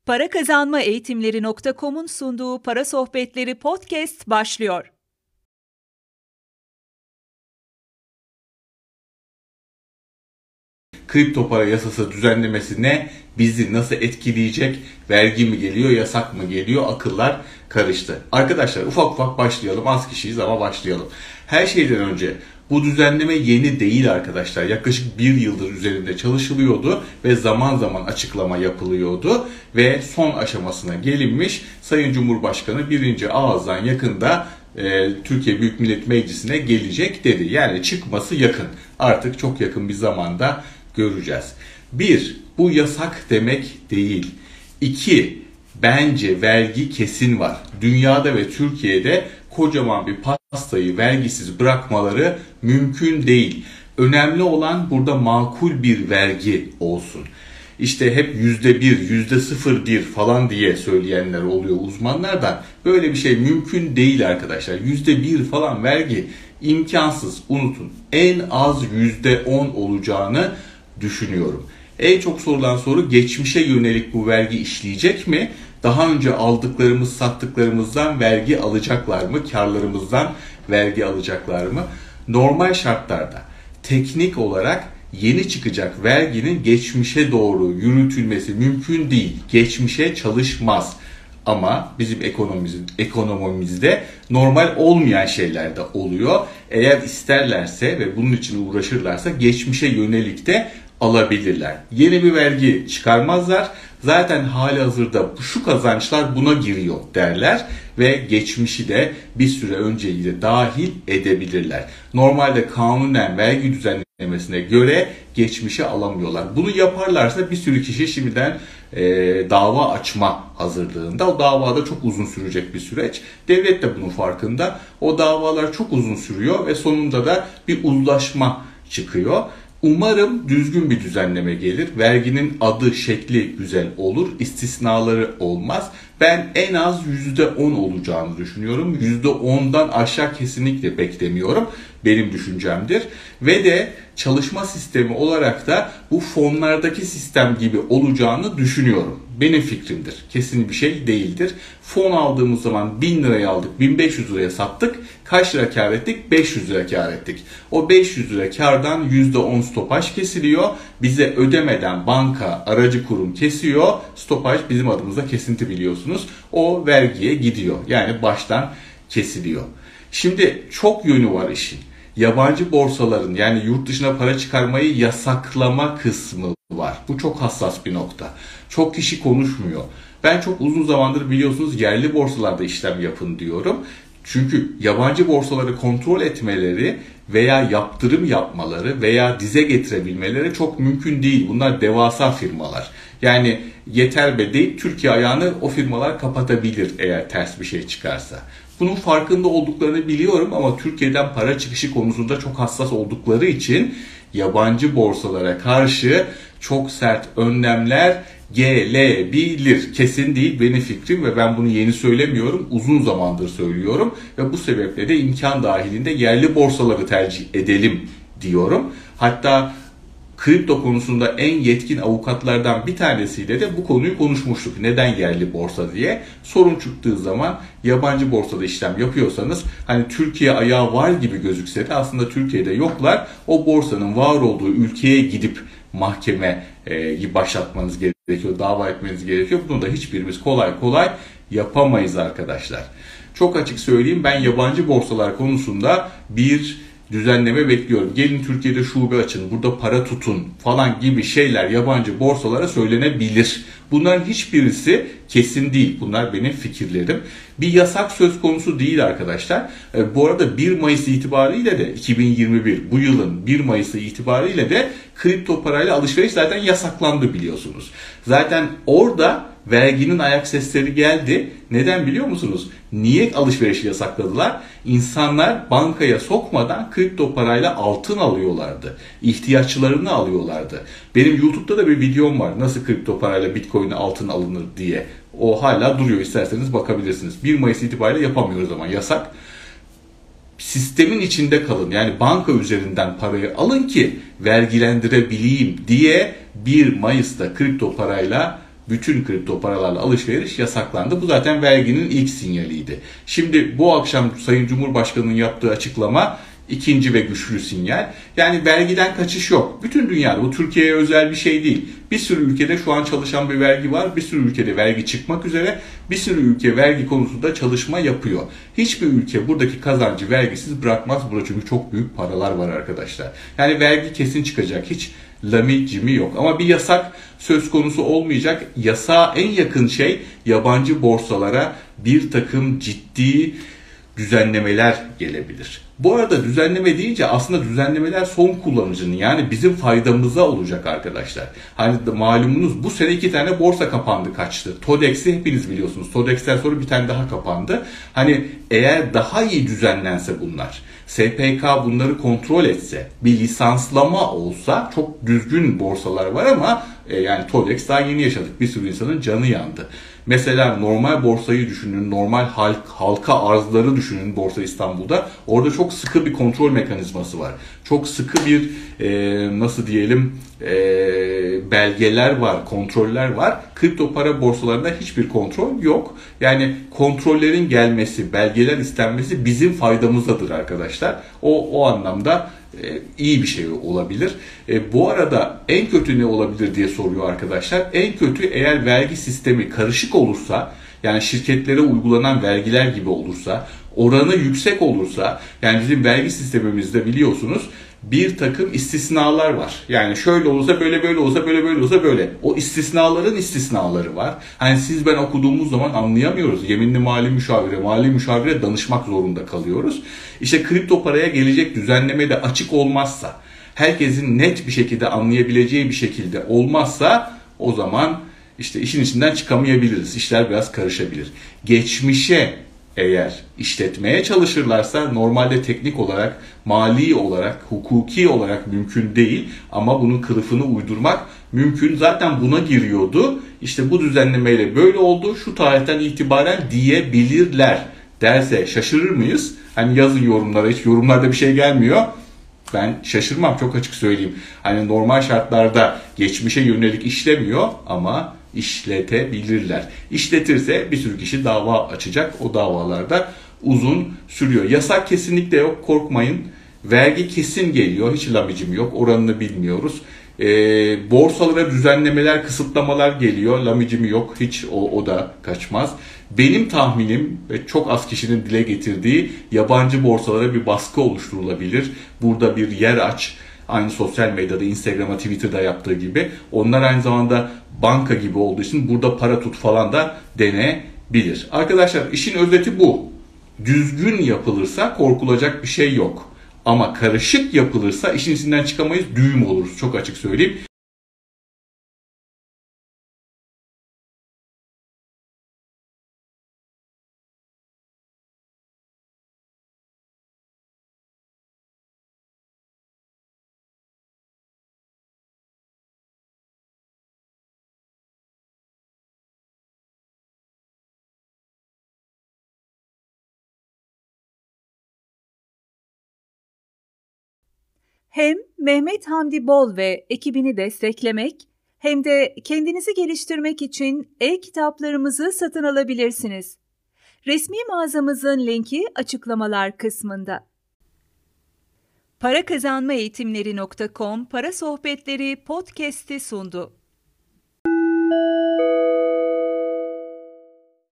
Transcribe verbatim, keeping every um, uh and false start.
Para Kazanma Eğitimleri nokta com'un sunduğu Para Sohbetleri podcast başlıyor. Kripto para yasası düzenlemesi ne? Bizi nasıl etkileyecek? Vergi mi geliyor, yasak mı geliyor? Akıllar karıştı. Arkadaşlar ufak ufak başlayalım. Az kişiyiz ama başlayalım. Her şeyden önce bu düzenleme yeni değil arkadaşlar. Yaklaşık bir yıldır üzerinde çalışılıyordu ve zaman zaman açıklama yapılıyordu. Ve son aşamasına gelinmiş. Sayın Cumhurbaşkanı birinci ağızdan yakında e, Türkiye Büyük Millet Meclisi'ne gelecek dedi. Yani çıkması yakın. Artık çok yakın bir zamanda göreceğiz. Bir, bu yasak demek değil. İki, bence vergi kesin var. Dünyada ve Türkiye'de kocaman bir pastayı vergisiz bırakmaları mümkün değil. Önemli olan burada makul bir vergi olsun. İşte hep yüzde bir, yüzde sıfır bir falan diye söyleyenler oluyor uzmanlardan. Böyle bir şey mümkün değil arkadaşlar. Yüzde bir falan vergi imkansız, unutun. En az yüzde on olacağını düşünüyorum. En çok sorulan soru, geçmişe yönelik bu vergi işleyecek mi? Daha önce aldıklarımız, sattıklarımızdan vergi alacaklar mı? Karlarımızdan vergi alacaklar mı? Normal şartlarda teknik olarak yeni çıkacak verginin geçmişe doğru yürütülmesi mümkün değil. Geçmişe çalışmaz. Ama bizim ekonomimiz, ekonomimizde normal olmayan şeyler de oluyor. Eğer isterlerse ve bunun için uğraşırlarsa geçmişe yönelik de alabilirler. Yeni bir vergi çıkarmazlar. Zaten halihazırda şu kazançlar buna giriyor derler ve geçmişi de bir süre önceyi de dahil edebilirler. Normalde kanunen vergi düzenlemesine göre geçmişi alamıyorlar. Bunu yaparlarsa bir sürü kişi şimdiden e, dava açma hazırlığında. O davada çok uzun sürecek bir süreç. Devlet de bunun farkında. O davalar çok uzun sürüyor ve sonunda da bir uzlaşma çıkıyor. Umarım düzgün bir düzenleme gelir. Verginin adı, şekli güzel olur. İstisnaları olmaz. Ben en az yüzde on olacağını düşünüyorum. yüzde ondan aşağı kesinlikle beklemiyorum. Benim düşüncemdir. Ve de çalışma sistemi olarak da bu fonlardaki sistem gibi olacağını düşünüyorum. Benim fikrimdir. Kesin bir şey değildir. Fon aldığımız zaman bin liraya aldık, bin beş yüz liraya sattık. Kaç lira kar ettik? beş yüz lira kar ettik. O beş yüz lira kardan yüzde on stopaj kesiliyor. Bize ödemeden banka, aracı kurum kesiyor. Stopaj bizim adımıza kesinti biliyorsunuz. O vergiye gidiyor. Yani baştan kesiliyor. Şimdi çok yönü var işin. Yabancı borsaların, yani yurt dışına para çıkarmayı yasaklama kısmı var. Bu çok hassas bir nokta. Çok kişi konuşmuyor. Ben çok uzun zamandır biliyorsunuz yerli borsalarda işlem yapın diyorum. Çünkü yabancı borsaları kontrol etmeleri veya yaptırım yapmaları veya dize getirebilmeleri çok mümkün değil. Bunlar devasa firmalar. Yani yeter be deyip Türkiye ayağını o firmalar kapatabilir eğer ters bir şey çıkarsa. Bunun farkında olduklarını biliyorum ama Türkiye'den para çıkışı konusunda çok hassas oldukları için yabancı borsalara karşı çok sert önlemler gelebilir. Kesin değil benim fikrim ve ben bunu yeni söylemiyorum. Uzun zamandır söylüyorum ve bu sebeple de imkan dahilinde yerli borsaları tercih edelim diyorum. Hatta kripto konusunda en yetkin avukatlardan bir tanesiyle de bu konuyu konuşmuştuk. Neden yerli borsa diye. Sorun çıktığı zaman yabancı borsada işlem yapıyorsanız hani Türkiye ayağı var gibi gözükse de aslında Türkiye'de yoklar. O borsanın var olduğu ülkeye gidip mahkemeyi başlatmanız gerekiyor, dava etmeniz gerekiyor. Bunu da hiçbirimiz kolay kolay yapamayız arkadaşlar. Çok açık söyleyeyim, ben yabancı borsalar konusunda bir düzenleme bekliyorum. Gelin Türkiye'de şube açın, burada para tutun falan gibi şeyler yabancı borsalara söylenebilir. Bunların hiçbirisi kesin değil. Bunlar benim fikirlerim. Bir yasak söz konusu değil arkadaşlar. E, bu arada bir Mayıs itibariyle de iki bin yirmi bir, bu yılın bir Mayıs'ı itibariyle de kripto parayla alışveriş zaten yasaklandı biliyorsunuz. Zaten orada verginin ayak sesleri geldi. Neden biliyor musunuz? Niye alışverişi yasakladılar? İnsanlar bankaya sokmadan kripto parayla altın alıyorlardı. İhtiyaçlarını alıyorlardı. Benim YouTube'da da bir videom var. Nasıl kripto parayla Bitcoin'e altın alınır diye. O hala duruyor. İsterseniz bakabilirsiniz. bir Mayıs itibariyle yapamıyoruz ama yasak. Sistemin içinde kalın. Yani banka üzerinden parayı alın ki vergilendirebileyim diye bir Mayıs'ta kripto parayla bütün kripto paralarla alışveriş yasaklandı. Bu zaten verginin ilk sinyaliydi. Şimdi bu akşam Sayın Cumhurbaşkanı'nın yaptığı açıklama ikinci ve güçlü sinyal. Yani vergiden kaçış yok. Bütün dünyada, bu Türkiye'ye özel bir şey değil. Bir sürü ülkede şu an çalışan bir vergi var. Bir sürü ülkede vergi çıkmak üzere. Bir sürü ülke vergi konusunda çalışma yapıyor. Hiçbir ülke buradaki kazancı vergisiz bırakmaz. Burada çünkü çok büyük paralar var arkadaşlar. Yani vergi kesin çıkacak. Hiç lami cimi yok. Ama bir yasak söz konusu olmayacak. Yasağa en yakın şey yabancı borsalara bir takım ciddi düzenlemeler gelebilir. Bu arada düzenleme deyince aslında düzenlemeler son kullanıcının, yani bizim faydamıza olacak arkadaşlar. Hani de malumunuz bu sene iki tane borsa kapandı, kaçtı. Todex'i hepiniz biliyorsunuz. Todex'ten sonra bir tane daha kapandı. Hani eğer daha iyi düzenlense bunlar, S P K bunları kontrol etse, bir lisanslama olsa, çok düzgün borsalar var ama e, yani Todex daha yeni yaşadık. Bir sürü insanın canı yandı. Mesela normal borsayı düşünün, normal halk, halka arzları düşünün Borsa İstanbul'da. Orada çok sıkı bir kontrol mekanizması var. Çok sıkı bir e, nasıl diyelim e, belgeler var, kontroller var. Kripto para borsalarında hiçbir kontrol yok. Yani kontrollerin gelmesi, belgeler istenmesi bizim faydamızdadır arkadaşlar. O, o anlamda e, iyi bir şey olabilir. E, bu arada en kötü ne olabilir diye soruyor arkadaşlar. En kötü eğer vergi sistemi karışık olursa, yani şirketlere uygulanan vergiler gibi olursa, oranı yüksek olursa, yani bizim vergi sistemimizde biliyorsunuz bir takım istisnalar var. Yani şöyle olursa böyle, böyle olursa böyle, böyle olursa böyle. O istisnaların istisnaları var. Hani siz ben okuduğumuz zaman anlayamıyoruz. Yeminli mali müşavire, mali müşavire danışmak zorunda kalıyoruz. İşte kripto paraya gelecek düzenleme de açık olmazsa, herkesin net bir şekilde anlayabileceği bir şekilde olmazsa, o zaman işte işin içinden çıkamayabiliriz. İşler biraz karışabilir. Geçmişe eğer işletmeye çalışırlarsa normalde teknik olarak, mali olarak, hukuki olarak mümkün değil ama bunun kılıfını uydurmak mümkün. Zaten buna giriyordu. İşte bu düzenlemeyle böyle oldu. Şu tarihten itibaren diyebilirler derse şaşırır mıyız? Hani yazın yorumlara, hiç yorumlarda bir şey gelmiyor. Ben şaşırmam, çok açık söyleyeyim. Hani normal şartlarda geçmişe yönelik işlemiyor ama işletebilirler. İşletirse bir sürü kişi dava açacak. O davalarda uzun sürüyor. Yasak kesinlikle yok, korkmayın. Vergi kesin geliyor. Hiç lamicim yok. Oranını bilmiyoruz. E, borsalara düzenlemeler, kısıtlamalar geliyor. Lamicimi yok. Hiç o, o da kaçmaz. Benim tahminim ve çok az kişinin dile getirdiği, yabancı borsalara bir baskı oluşturulabilir. Burada bir yer aç. Aynı sosyal medyada, Instagram'a, Twitter'da yaptığı gibi. Onlar aynı zamanda banka gibi olduğu için burada para tut falan da denebilir. Arkadaşlar işin özeti bu. Düzgün yapılırsa korkulacak bir şey yok. Ama karışık yapılırsa işin içinden çıkamayız, düğüm oluruz. Çok açık söyleyeyim. Hem Mehmet Hamdi Bol ve ekibini desteklemek hem de kendinizi geliştirmek için e-kitaplarımızı satın alabilirsiniz. Resmi mağazamızın linki açıklamalar kısmında. para kazanma eğitimleri nokta com Para Sohbetleri podcast'i sundu.